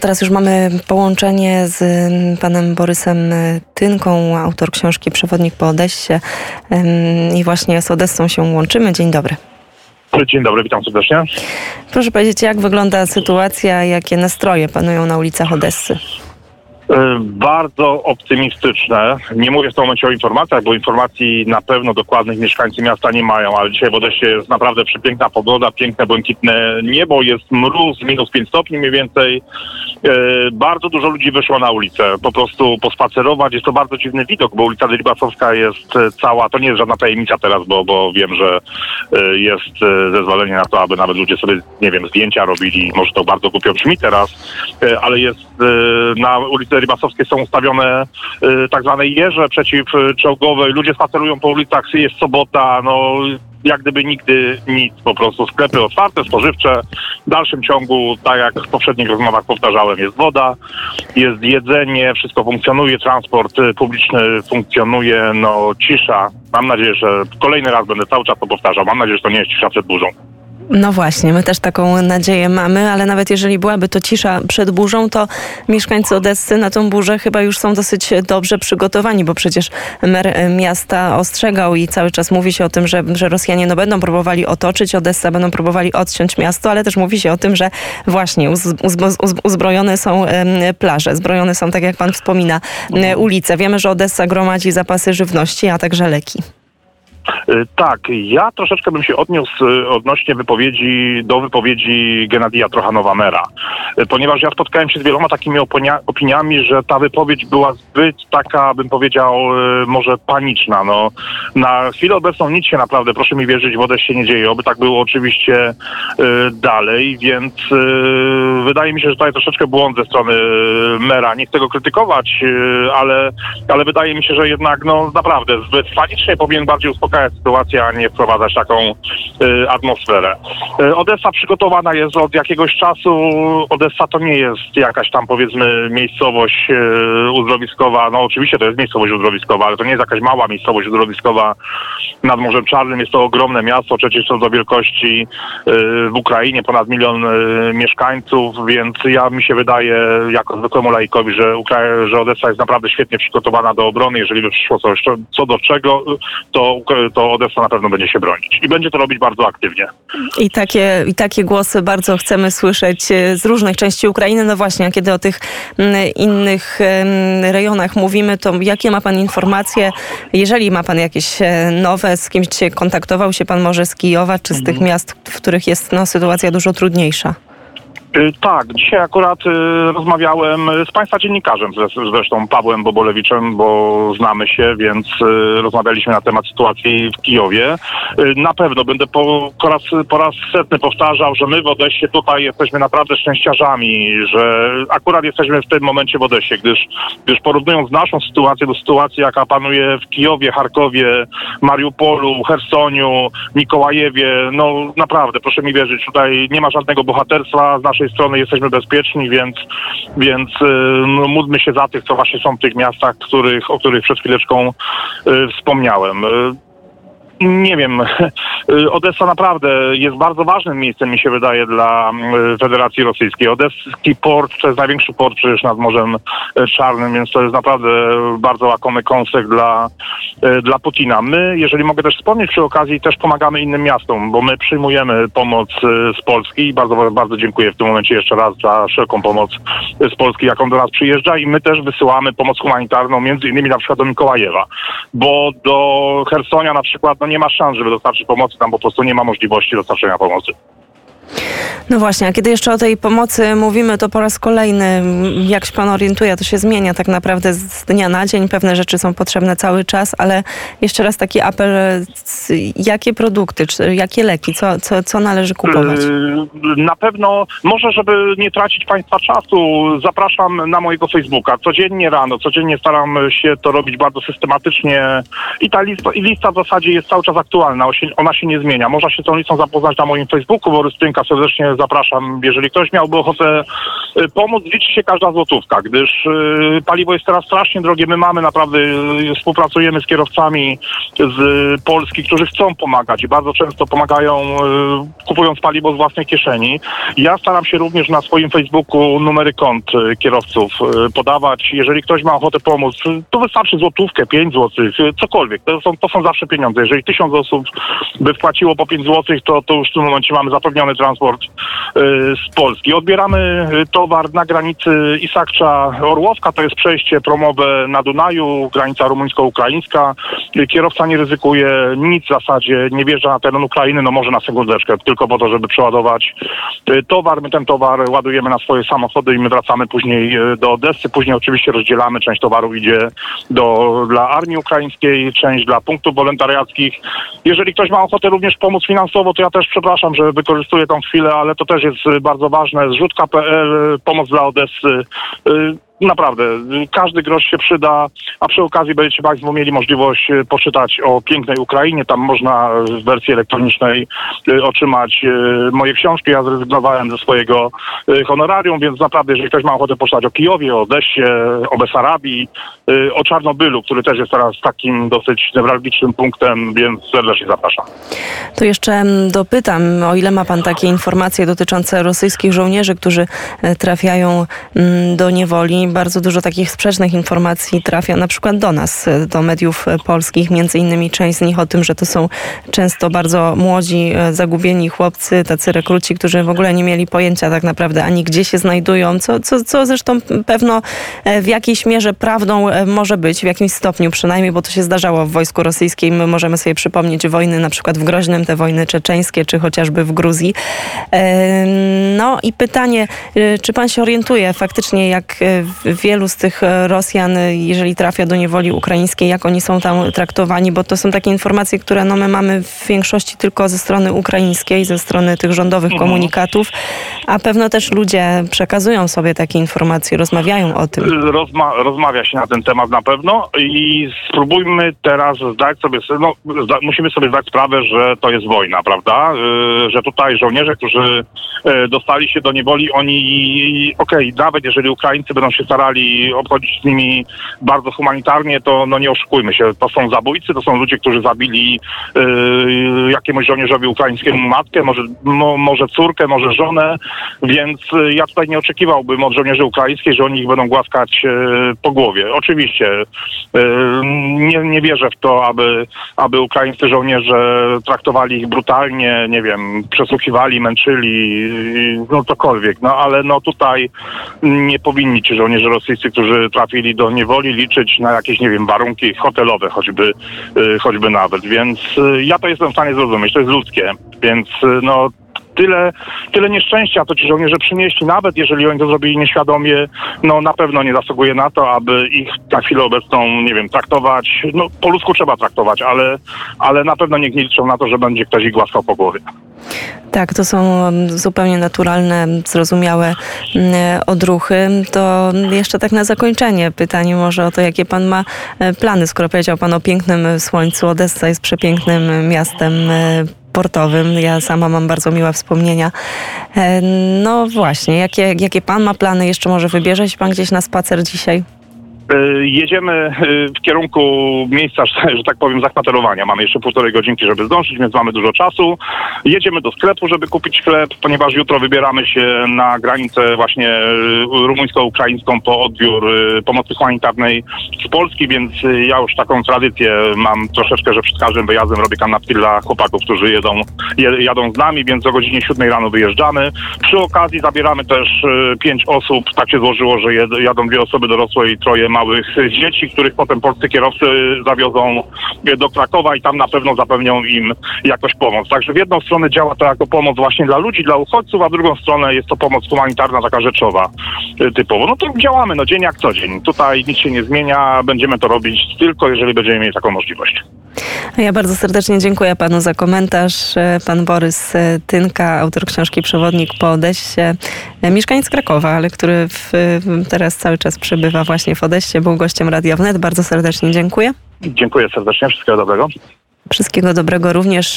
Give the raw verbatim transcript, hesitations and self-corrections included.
Teraz już mamy połączenie z panem Borysem Tynką, autor książki Przewodnik po Odessie, i właśnie z Odessą się łączymy. Dzień dobry. Dzień dobry, witam serdecznie. Proszę powiedzieć, jak wygląda sytuacja, jakie nastroje panują na ulicach Odessy? Bardzo optymistyczne. Nie mówię w tym momencie o informacjach, bo informacji na pewno dokładnych mieszkańcy miasta nie mają, ale dzisiaj w Odessie jest naprawdę przepiękna pogoda, piękne, błękitne niebo, jest mróz, minus pięć stopni mniej więcej. Bardzo dużo ludzi wyszło na ulicę, po prostu pospacerować. Jest to bardzo dziwny widok, bo ulica Deribasowska jest cała, to nie jest żadna tajemnica teraz, bo, bo wiem, że jest zezwolenie na to, aby nawet ludzie sobie, nie wiem, zdjęcia robili. Może to bardzo głupio brzmi teraz, ale jest na ulicy Rybasowskiej są ustawione y, tak zwane jeże przeciwczołgowe. Ludzie spacerują po ulicach, jest sobota, no jak gdyby nigdy nic, po prostu sklepy otwarte, spożywcze. W dalszym ciągu, tak jak w poprzednich rozmowach powtarzałem, jest woda, jest jedzenie, wszystko funkcjonuje, transport publiczny funkcjonuje, no cisza. Mam nadzieję, że kolejny raz będę cały czas to powtarzał. Mam nadzieję, że to nie jest cisza przed burzą. No właśnie, my też taką nadzieję mamy, ale nawet jeżeli byłaby to cisza przed burzą, to mieszkańcy Odessy na tą burzę chyba już są dosyć dobrze przygotowani, bo przecież mer miasta ostrzegał i cały czas mówi się o tym, że, że Rosjanie no, będą próbowali otoczyć Odessę, będą próbowali odciąć miasto, ale też mówi się o tym, że właśnie uz uz uz uzbrojone są um, plaże, zbrojone są, tak jak pan wspomina, um, ulice. Wiemy, że Odessa gromadzi zapasy żywności, a także leki. Tak, ja troszeczkę bym się odniósł odnośnie wypowiedzi, do wypowiedzi Gennadija Trochanowa-Mera, ponieważ ja spotkałem się z wieloma takimi opiniami, że ta wypowiedź była zbyt taka, bym powiedział, może paniczna. No, na chwilę obecną nic się naprawdę, proszę mi wierzyć, w Odessie nie dzieje, oby tak było oczywiście y, dalej, więc y, wydaje mi się, że tutaj troszeczkę błąd ze strony mera. Nie chcę go krytykować, y, ale, ale wydaje mi się, że jednak no naprawdę zbyt panicznie powinien bardziej uspokajać sytuację, a nie wprowadzać taką y, atmosferę. Y, Odessa przygotowana jest od jakiegoś czasu. Odessa to nie jest jakaś tam, powiedzmy, miejscowość y, uzdrowiskowa. No oczywiście to jest miejscowość uzdrowiskowa, ale to nie jest jakaś mała miejscowość uzdrowiskowa nad Morzem Czarnym. Jest to ogromne miasto, przecież co do wielkości y, w Ukrainie ponad milion y, mieszkańców, więc ja mi się wydaje, jako zwykłemu laikowi, że, Ukra- że Odessa jest naprawdę świetnie przygotowana do obrony. Jeżeli by przyszło coś, co do czego, to to Odessa na pewno będzie się bronić. I będzie to robić bardzo aktywnie. I takie, i takie głosy bardzo chcemy słyszeć z różnych części Ukrainy. No właśnie, a kiedy o tych innych rejonach mówimy, to jakie ma pan informacje? Jeżeli ma pan jakieś nowe, z kimś się kontaktował się pan może z Kijowa, czy z mhm. tych miast, w których jest no, sytuacja dużo trudniejsza? Tak, dzisiaj akurat y, rozmawiałem z państwa dziennikarzem, zresztą Pawłem Bobolewiczem, bo znamy się, więc y, rozmawialiśmy na temat sytuacji w Kijowie. Y, na pewno będę po, po, raz, po raz setny powtarzał, że my w Odessie tutaj jesteśmy naprawdę szczęściarzami, że akurat jesteśmy w tym momencie w Odessie, gdyż, gdyż porównując naszą sytuację do sytuacji, jaka panuje w Kijowie, Charkowie, Mariupolu, Chersoniu, Mikołajewie, no naprawdę, proszę mi wierzyć, tutaj nie ma żadnego bohaterstwa z naszej strony, jesteśmy bezpieczni, więc, więc no, módlmy się za tych, co właśnie są w tych miastach, których, o których przed chwileczką y, wspomniałem. Nie wiem, Odessa naprawdę jest bardzo ważnym miejscem, mi się wydaje, dla Federacji Rosyjskiej. Odeski port to jest największy port przecież nad Morzem Czarnym, więc to jest naprawdę bardzo łakomy kąsek dla, dla Putina. My, jeżeli mogę też wspomnieć przy okazji, też pomagamy innym miastom, bo my przyjmujemy pomoc z Polski i bardzo, bardzo dziękuję w tym momencie jeszcze raz za wszelką pomoc z Polski, jaką do nas przyjeżdża, i my też wysyłamy pomoc humanitarną, między innymi na przykład do Mikołajewa, bo do Chersonia na przykład no nie ma szans, żeby dostarczyć pomocy, tam po prostu nie ma możliwości dostarczenia pomocy. No właśnie, a kiedy jeszcze o tej pomocy mówimy, to po raz kolejny, jak się pan orientuje, to się zmienia tak naprawdę z dnia na dzień. Pewne rzeczy są potrzebne cały czas, ale jeszcze raz taki apel, jakie produkty, czy jakie leki, co, co, co należy kupować? Na pewno, może żeby nie tracić państwa czasu, zapraszam na mojego Facebooka. Codziennie rano, codziennie staram się to robić bardzo systematycznie i ta lista, i lista w zasadzie jest cały czas aktualna, ona się nie zmienia. Można się z tą listą zapoznać na moim Facebooku, Borys Tynka, serdecznie serdecznie zapraszam. Jeżeli ktoś miałby ochotę pomóc, liczy się każda złotówka, gdyż paliwo jest teraz strasznie drogie. My mamy naprawdę, współpracujemy z kierowcami z Polski, którzy chcą pomagać i bardzo często pomagają, kupując paliwo z własnej kieszeni. Ja staram się również na swoim Facebooku numery kont kierowców podawać. Jeżeli ktoś ma ochotę pomóc, to wystarczy złotówkę, pięć złotych, cokolwiek. To są, to są zawsze pieniądze. Jeżeli tysiąc osób by wpłaciło po pięć złotych, to, to już w tym momencie mamy zapewniony transport z Polski. Odbieramy towar na granicy Isakcza-Orłowka, to jest przejście promowe na Dunaju, granica rumuńsko-ukraińska. Kierowca nie ryzykuje nic w zasadzie, nie wjeżdża na teren Ukrainy, no może na sekundeczkę, tylko po to, żeby przeładować towar. My ten towar ładujemy na swoje samochody i my wracamy później do Odessy. Później oczywiście rozdzielamy, część towaru idzie do, dla armii ukraińskiej, część dla punktów wolontariackich. Jeżeli ktoś ma ochotę również pomóc finansowo, to ja też przepraszam, że wykorzystuję tą chwilę, ale to też jest bardzo ważne. Zrzutka kropka pe el, pomoc dla Odessy. Naprawdę, każdy grosz się przyda, a przy okazji będziecie Państwo mieli możliwość poczytać o pięknej Ukrainie. Tam można w wersji elektronicznej otrzymać moje książki. Ja zrezygnowałem ze swojego honorarium, więc naprawdę, jeżeli ktoś ma ochotę poczytać o Kijowie, o Odessie, o Besarabii, o Czarnobylu, który też jest teraz takim dosyć newralgicznym punktem, więc serdecznie zapraszam. To jeszcze dopytam, o ile ma Pan takie informacje dotyczące rosyjskich żołnierzy, którzy trafiają do niewoli. Bardzo dużo takich sprzecznych informacji trafia na przykład do nas, do mediów polskich, między innymi część z nich o tym, że to są często bardzo młodzi, zagubieni chłopcy, tacy rekruci, którzy w ogóle nie mieli pojęcia tak naprawdę ani gdzie się znajdują, co, co, co zresztą pewno w jakiejś mierze prawdą może być, w jakimś stopniu przynajmniej, bo to się zdarzało w wojsku rosyjskim. My możemy sobie przypomnieć wojny na przykład w Groźnym, te wojny czeczeńskie, czy chociażby w Gruzji. No i pytanie, czy pan się orientuje faktycznie, jak wielu z tych Rosjan, jeżeli trafia do niewoli ukraińskiej, jak oni są tam traktowani, bo to są takie informacje, które no my mamy w większości tylko ze strony ukraińskiej, ze strony tych rządowych komunikatów, a pewno też ludzie przekazują sobie takie informacje, rozmawiają o tym. Rozma- rozmawia się na ten temat na pewno i spróbujmy teraz zdać sobie, no zda- musimy sobie zdać sprawę, że to jest wojna, prawda? Yy, że tutaj żołnierze, którzy yy, dostali się do niewoli, oni, okej, okay, nawet jeżeli Ukraińcy będą się starali obchodzić z nimi bardzo humanitarnie, to no nie oszukujmy się, to są zabójcy, to są ludzie, którzy zabili yy, jakiemuś żołnierzowi ukraińskiemu matkę, może, mo, może córkę, może żonę, więc yy, ja tutaj nie oczekiwałbym od żołnierzy ukraińskich, że oni ich będą głaskać yy, po głowie. Oczywiście yy, nie, nie wierzę w to, aby, aby ukraińscy żołnierze traktowali ich brutalnie, nie wiem, przesłuchiwali, męczyli, yy, no cokolwiek, no ale no tutaj nie powinni ci żołnierze rosyjscy, którzy trafili do niewoli, liczyć na jakieś, nie wiem, warunki hotelowe choćby, yy, choćby nawet, więc yy, ja to jestem w stanie zrozumieć, to jest ludzkie, więc yy, no Tyle, tyle nieszczęścia to ci żołnierze przynieśli, nawet jeżeli oni to zrobili nieświadomie, no na pewno nie zasługuje na to, aby ich na chwilę obecną, nie wiem, traktować, no po ludzku trzeba traktować, ale, ale na pewno nikt nie liczą na to, że będzie ktoś ich głaskał po głowie. Tak, to są zupełnie naturalne, zrozumiałe odruchy. To jeszcze tak na zakończenie pytanie może o to, jakie pan ma plany, skoro powiedział pan o pięknym słońcu. Odessa jest przepięknym miastem portowym. Ja sama mam bardzo miłe wspomnienia. No właśnie, jakie, jakie pan ma plany? Jeszcze może wybierze się pan gdzieś na spacer dzisiaj? Jedziemy w kierunku miejsca, że tak powiem, zakwaterowania. Mamy jeszcze półtorej godzinki, żeby zdążyć, więc mamy dużo czasu. Jedziemy do sklepu, żeby kupić chleb, ponieważ jutro wybieramy się na granicę właśnie rumuńsko-ukraińską po odbiór pomocy humanitarnej z Polski, więc ja już taką tradycję mam troszeczkę, że przed każdym wyjazdem robię kanapki dla chłopaków, którzy jedą, jadą z nami, więc o godzinie siódmej rano wyjeżdżamy. Przy okazji zabieramy też pięć osób. Tak się złożyło, że jadą dwie osoby dorosłe i troje małych dzieci, których potem polscy kierowcy zawiozą do Krakowa i tam na pewno zapewnią im jakoś pomoc. Także w jedną stronę działa to jako pomoc właśnie dla ludzi, dla uchodźców, a w drugą stronę jest to pomoc humanitarna, taka rzeczowa typowo. No to działamy, no dzień jak co dzień. Tutaj nic się nie zmienia, będziemy to robić tylko, jeżeli będziemy mieli taką możliwość. Ja bardzo serdecznie dziękuję panu za komentarz. Pan Borys Tynka, autor książki Przewodnik po Odessie, mieszkaniec Krakowa, ale który w, teraz cały czas przebywa właśnie w Odessie, był gościem Radia Wnet. Bardzo serdecznie dziękuję. Dziękuję serdecznie, wszystkiego dobrego. Wszystkiego dobrego również.